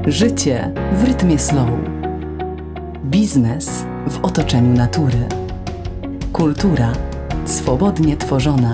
Życie w rytmie slow. Biznes w otoczeniu natury. Kultura swobodnie tworzona.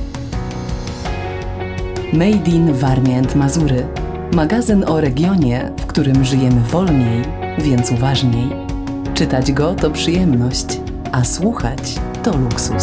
Made in Warmia and Mazury. Magazyn o regionie, w którym żyjemy wolniej, więc uważniej. Czytać go to przyjemność, a słuchać to luksus.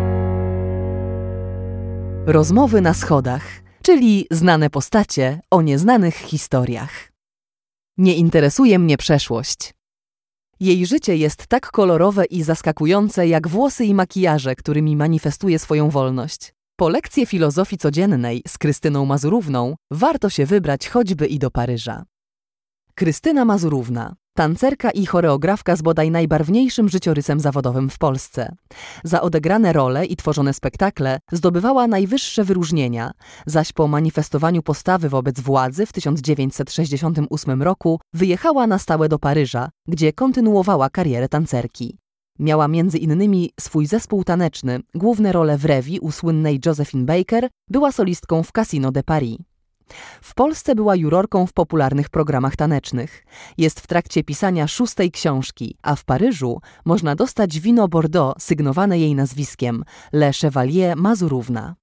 Rozmowy na schodach, czyli znane postacie o nieznanych historiach. Nie interesuje mnie przeszłość. Jej życie jest tak kolorowe i zaskakujące jak włosy i makijaże, którymi manifestuje swoją wolność. Po lekcję filozofii codziennej z Krystyną Mazurówną warto się wybrać choćby i do Paryża. Krystyna Mazurówna, tancerka i choreografka z bodaj najbarwniejszym życiorysem zawodowym w Polsce. Za odegrane role i tworzone spektakle zdobywała najwyższe wyróżnienia, zaś po manifestowaniu postawy wobec władzy w 1968 roku wyjechała na stałe do Paryża, gdzie kontynuowała karierę tancerki. Miała między innymi swój zespół taneczny, główne role w Revue u słynnej Josephine Baker, była solistką w Casino de Paris. W Polsce była jurorką w popularnych programach tanecznych. Jest w trakcie pisania 6. książki, a w Paryżu można dostać wino Bordeaux sygnowane jej nazwiskiem Le Chevalier Mazurówna.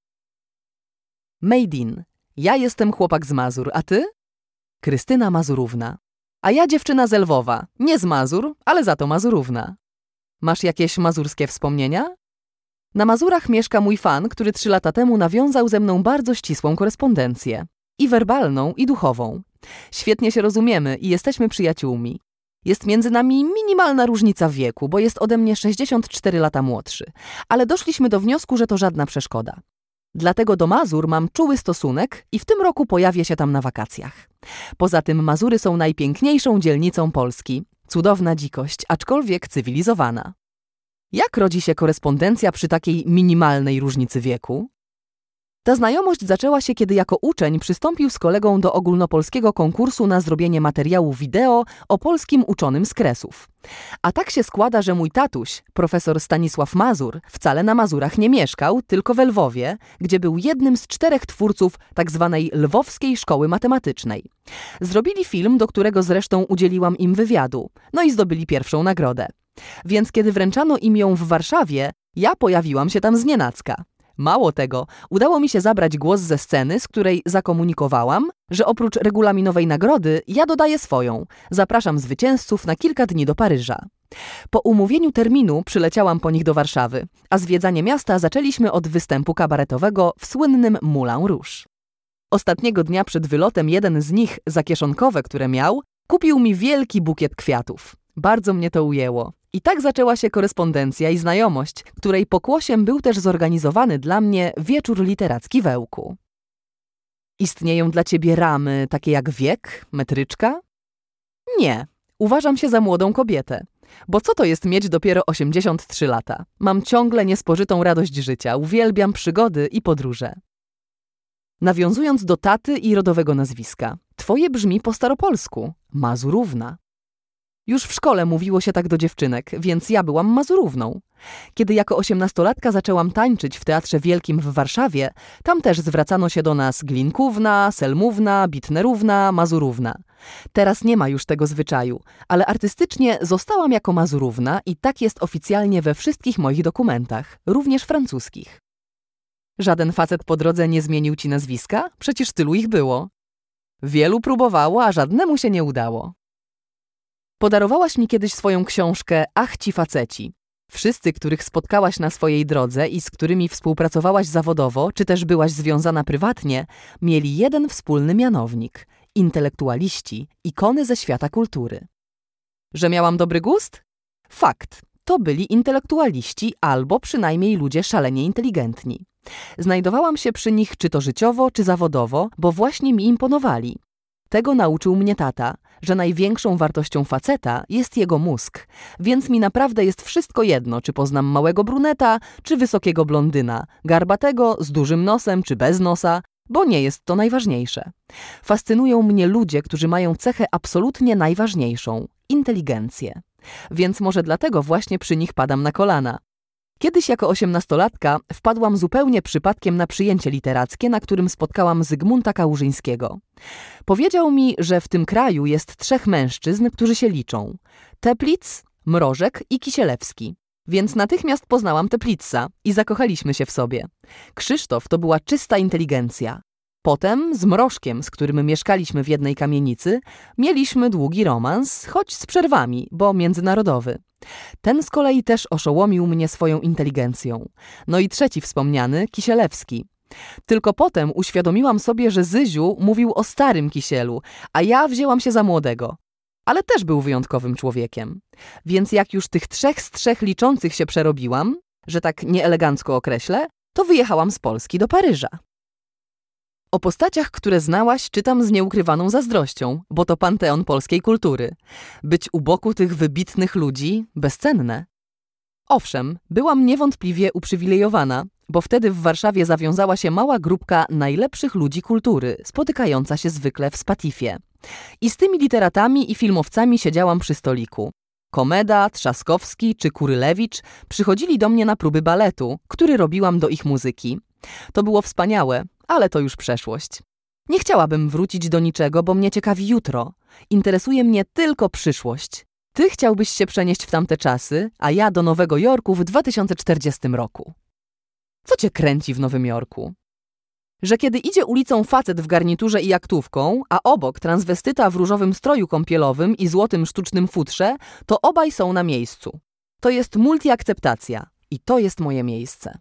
Made in. Ja jestem chłopak z Mazur, a ty? Krystyna Mazurówna. A ja dziewczyna z Lwowa. Nie z Mazur, ale za to Mazurówna. Masz jakieś mazurskie wspomnienia? Na Mazurach mieszka mój fan, który 3 lata temu nawiązał ze mną bardzo ścisłą korespondencję. I werbalną, i duchową. Świetnie się rozumiemy i jesteśmy przyjaciółmi. Jest między nami minimalna różnica w wieku, bo jest ode mnie 64 lata młodszy. Ale doszliśmy do wniosku, że to żadna przeszkoda. Dlatego do Mazur mam czuły stosunek i w tym roku pojawię się tam na wakacjach. Poza tym Mazury są najpiękniejszą dzielnicą Polski. Cudowna dzikość, aczkolwiek cywilizowana. Jak rodzi się korespondencja przy takiej minimalnej różnicy wieku? Ta znajomość zaczęła się, kiedy jako uczeń przystąpił z kolegą do ogólnopolskiego konkursu na zrobienie materiału wideo o polskim uczonym z Kresów. A tak się składa, że mój tatuś, profesor Stanisław Mazur, wcale na Mazurach nie mieszkał, tylko we Lwowie, gdzie był jednym z 4 twórców tzw. Lwowskiej Szkoły Matematycznej. Zrobili film, do którego zresztą udzieliłam im wywiadu, no i zdobyli pierwszą nagrodę. Więc kiedy wręczano im ją w Warszawie, ja pojawiłam się tam znienacka. Mało tego, udało mi się zabrać głos ze sceny, z której zakomunikowałam, że oprócz regulaminowej nagrody ja dodaję swoją. Zapraszam zwycięzców na kilka dni do Paryża. Po umówieniu terminu przyleciałam po nich do Warszawy, a zwiedzanie miasta zaczęliśmy od występu kabaretowego w słynnym Moulin Rouge. Ostatniego dnia przed wylotem jeden z nich, za kieszonkowe, które miał, kupił mi wielki bukiet kwiatów. Bardzo mnie to ujęło. I tak zaczęła się korespondencja i znajomość, której pokłosiem był też zorganizowany dla mnie wieczór literacki w Ełku. Istnieją dla ciebie ramy takie jak wiek, metryczka? Nie, uważam się za młodą kobietę. Bo co to jest mieć dopiero 83 lata? Mam ciągle niespożytą radość życia, uwielbiam przygody i podróże. Nawiązując do taty i rodowego nazwiska, twoje brzmi po staropolsku, Mazurówna. Już w szkole mówiło się tak do dziewczynek, więc ja byłam Mazurówną. Kiedy jako 18-latka zaczęłam tańczyć w Teatrze Wielkim w Warszawie, tam też zwracano się do nas Glinkówna, Selmówna, Bitnerówna, Mazurówna. Teraz nie ma już tego zwyczaju, ale artystycznie zostałam jako Mazurówna i tak jest oficjalnie we wszystkich moich dokumentach, również francuskich. Żaden facet po drodze nie zmienił ci nazwiska? Przecież tylu ich było. Wielu próbowało, a żadnemu się nie udało. Podarowałaś mi kiedyś swoją książkę Ach ci faceci. Wszyscy, których spotkałaś na swojej drodze i z którymi współpracowałaś zawodowo, czy też byłaś związana prywatnie, mieli jeden wspólny mianownik – intelektualiści, ikony ze świata kultury. Że miałam dobry gust? Fakt. To byli intelektualiści albo przynajmniej ludzie szalenie inteligentni. Znajdowałam się przy nich czy to życiowo, czy zawodowo, bo właśnie mi imponowali. Tego nauczył mnie tata, że największą wartością faceta jest jego mózg, więc mi naprawdę jest wszystko jedno, czy poznam małego bruneta, czy wysokiego blondyna, garbatego, z dużym nosem, czy bez nosa, bo nie jest to najważniejsze. Fascynują mnie ludzie, którzy mają cechę absolutnie najważniejszą – inteligencję. Więc może dlatego właśnie przy nich padam na kolana. Kiedyś jako 18-latka wpadłam zupełnie przypadkiem na przyjęcie literackie, na którym spotkałam Zygmunta Kałużyńskiego. Powiedział mi, że w tym kraju jest 3 mężczyzn, którzy się liczą. Teplitz, Mrożek i Kisielewski. Więc natychmiast poznałam Teplitza i zakochaliśmy się w sobie. Krzysztof to była czysta inteligencja. Potem z Mrożkiem, z którym mieszkaliśmy w jednej kamienicy, mieliśmy długi romans, choć z przerwami, bo międzynarodowy. Ten z kolei też oszołomił mnie swoją inteligencją. No i trzeci wspomniany, Kisielewski. Tylko potem uświadomiłam sobie, że Zyziu mówił o starym Kisielu, a ja wzięłam się za młodego. Ale też był wyjątkowym człowiekiem. Więc jak już tych 3 z 3 liczących się przerobiłam, że tak nieelegancko określę, to wyjechałam z Polski do Paryża. O postaciach, które znałaś, czytam z nieukrywaną zazdrością, bo to panteon polskiej kultury. Być u boku tych wybitnych ludzi bezcenne. Owszem, byłam niewątpliwie uprzywilejowana, bo wtedy w Warszawie zawiązała się mała grupka najlepszych ludzi kultury, spotykająca się zwykle w Spatifie. I z tymi literatami i filmowcami siedziałam przy stoliku. Komeda, Trzaskowski czy Kurylewicz przychodzili do mnie na próby baletu, który robiłam do ich muzyki. To było wspaniałe, ale to już przeszłość. Nie chciałabym wrócić do niczego, bo mnie ciekawi jutro. Interesuje mnie tylko przyszłość. Ty chciałbyś się przenieść w tamte czasy, a ja do Nowego Jorku w 2040 roku. Co cię kręci w Nowym Jorku? Że kiedy idzie ulicą facet w garniturze i jaktówką, a obok transwestyta w różowym stroju kąpielowym i złotym sztucznym futrze, to obaj są na miejscu. To jest multiakceptacja i to jest moje miejsce.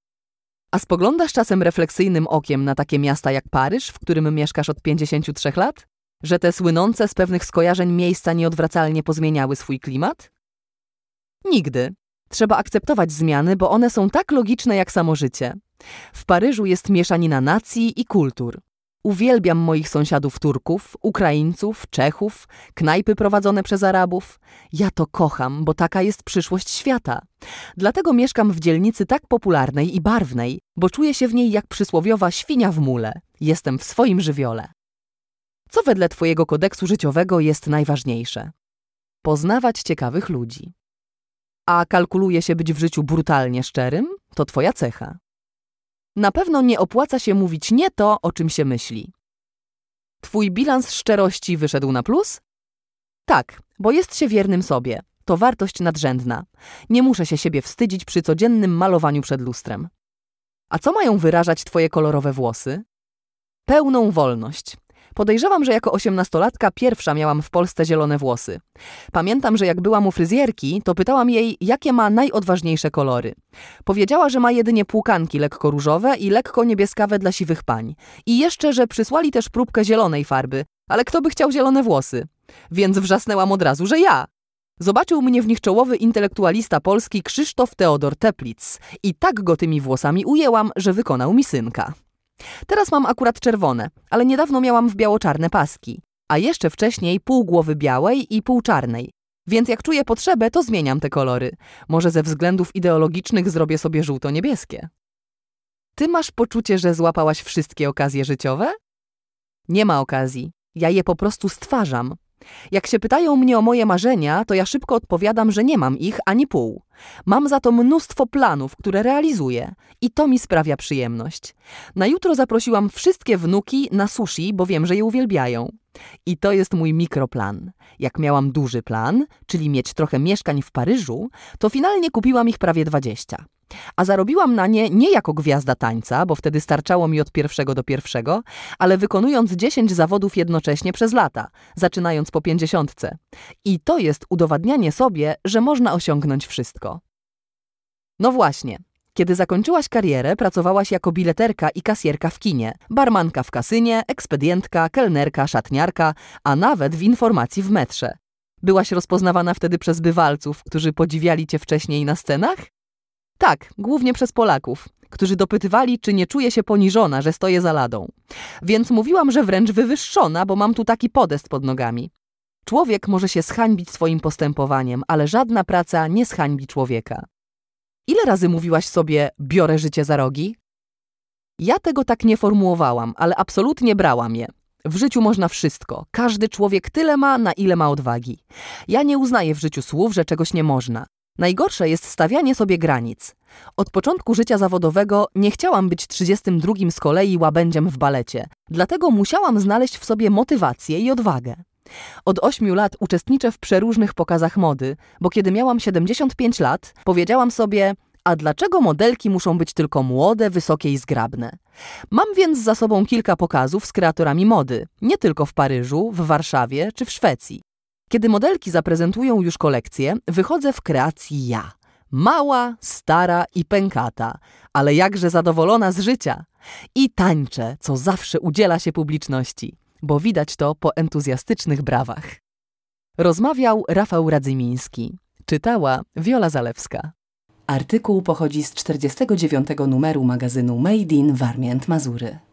A spoglądasz czasem refleksyjnym okiem na takie miasta jak Paryż, w którym mieszkasz od 53 lat? Że te słynące z pewnych skojarzeń miejsca nieodwracalnie pozmieniały swój klimat? Nigdy. Trzeba akceptować zmiany, bo one są tak logiczne jak samo życie. W Paryżu jest mieszanina nacji i kultur. Uwielbiam moich sąsiadów Turków, Ukraińców, Czechów, knajpy prowadzone przez Arabów. Ja to kocham, bo taka jest przyszłość świata. Dlatego mieszkam w dzielnicy tak popularnej i barwnej, bo czuję się w niej jak przysłowiowa świnia w mule. Jestem w swoim żywiole. Co wedle twojego kodeksu życiowego jest najważniejsze? Poznawać ciekawych ludzi. A kalkuluje się być w życiu brutalnie szczerym? To twoja cecha. Na pewno nie opłaca się mówić nie to, o czym się myśli. Twój bilans szczerości wyszedł na plus? Tak, bo jest się wiernym sobie. To wartość nadrzędna. Nie muszę się siebie wstydzić przy codziennym malowaniu przed lustrem. A co mają wyrażać twoje kolorowe włosy? Pełną wolność. Podejrzewam, że jako 18-latka pierwsza miałam w Polsce zielone włosy. Pamiętam, że jak byłam u fryzjerki, to pytałam jej, jakie ma najodważniejsze kolory. Powiedziała, że ma jedynie płukanki lekko różowe i lekko niebieskawe dla siwych pań. I jeszcze, że przysłali też próbkę zielonej farby, ale kto by chciał zielone włosy? Więc wrzasnęłam od razu, że ja. Zobaczył mnie w nich czołowy intelektualista polski Krzysztof Teodor Teplitz i tak go tymi włosami ujęłam, że wykonał mi synka. Teraz mam akurat czerwone, ale niedawno miałam w biało-czarne paski, a jeszcze wcześniej pół głowy białej i pół czarnej. Więc jak czuję potrzebę, to zmieniam te kolory. Może ze względów ideologicznych zrobię sobie żółto-niebieskie. Ty masz poczucie, że złapałaś wszystkie okazje życiowe? Nie ma okazji. Ja je po prostu stwarzam. Jak się pytają mnie o moje marzenia, to ja szybko odpowiadam, że nie mam ich ani pół. Mam za to mnóstwo planów, które realizuję i to mi sprawia przyjemność. Na jutro zaprosiłam wszystkie wnuki na sushi, bo wiem, że je uwielbiają. I to jest mój mikroplan. Jak miałam duży plan, czyli mieć trochę mieszkań w Paryżu, to finalnie kupiłam ich prawie 20. A zarobiłam na nie jako gwiazda tańca, bo wtedy starczało mi od pierwszego do pierwszego, ale wykonując 10 zawodów jednocześnie przez lata, zaczynając po 50. I to jest udowadnianie sobie, że można osiągnąć wszystko. No właśnie, kiedy zakończyłaś karierę, pracowałaś jako bileterka i kasjerka w kinie, barmanka w kasynie, ekspedientka, kelnerka, szatniarka, a nawet w informacji w metrze. Byłaś rozpoznawana wtedy przez bywalców, którzy podziwiali cię wcześniej na scenach? Tak, głównie przez Polaków, którzy dopytywali, czy nie czuję się poniżona, że stoję za ladą. Więc mówiłam, że wręcz wywyższona, bo mam tu taki podest pod nogami. Człowiek może się zhańbić swoim postępowaniem, ale żadna praca nie zhańbi człowieka. Ile razy mówiłaś sobie, biorę życie za rogi? Ja tego tak nie formułowałam, ale absolutnie brałam je. W życiu można wszystko. Każdy człowiek tyle ma, na ile ma odwagi. Ja nie uznaję w życiu słów, że czegoś nie można. Najgorsze jest stawianie sobie granic. Od początku życia zawodowego nie chciałam być 32 z kolei łabędziem w balecie, dlatego musiałam znaleźć w sobie motywację i odwagę. Od 8 lat uczestniczę w przeróżnych pokazach mody, bo kiedy miałam 75 lat, powiedziałam sobie: a dlaczego modelki muszą być tylko młode, wysokie i zgrabne? Mam więc za sobą kilka pokazów z kreatorami mody, nie tylko w Paryżu, w Warszawie czy w Szwecji. Kiedy modelki zaprezentują już kolekcję, wychodzę w kreacji ja. Mała, stara i pękata, ale jakże zadowolona z życia. I tańczę, co zawsze udziela się publiczności, bo widać to po entuzjastycznych brawach. Rozmawiał Rafał Radzymiński. Czytała Wiola Zalewska. Artykuł pochodzi z 49. numeru magazynu Made in Warmia & Mazury.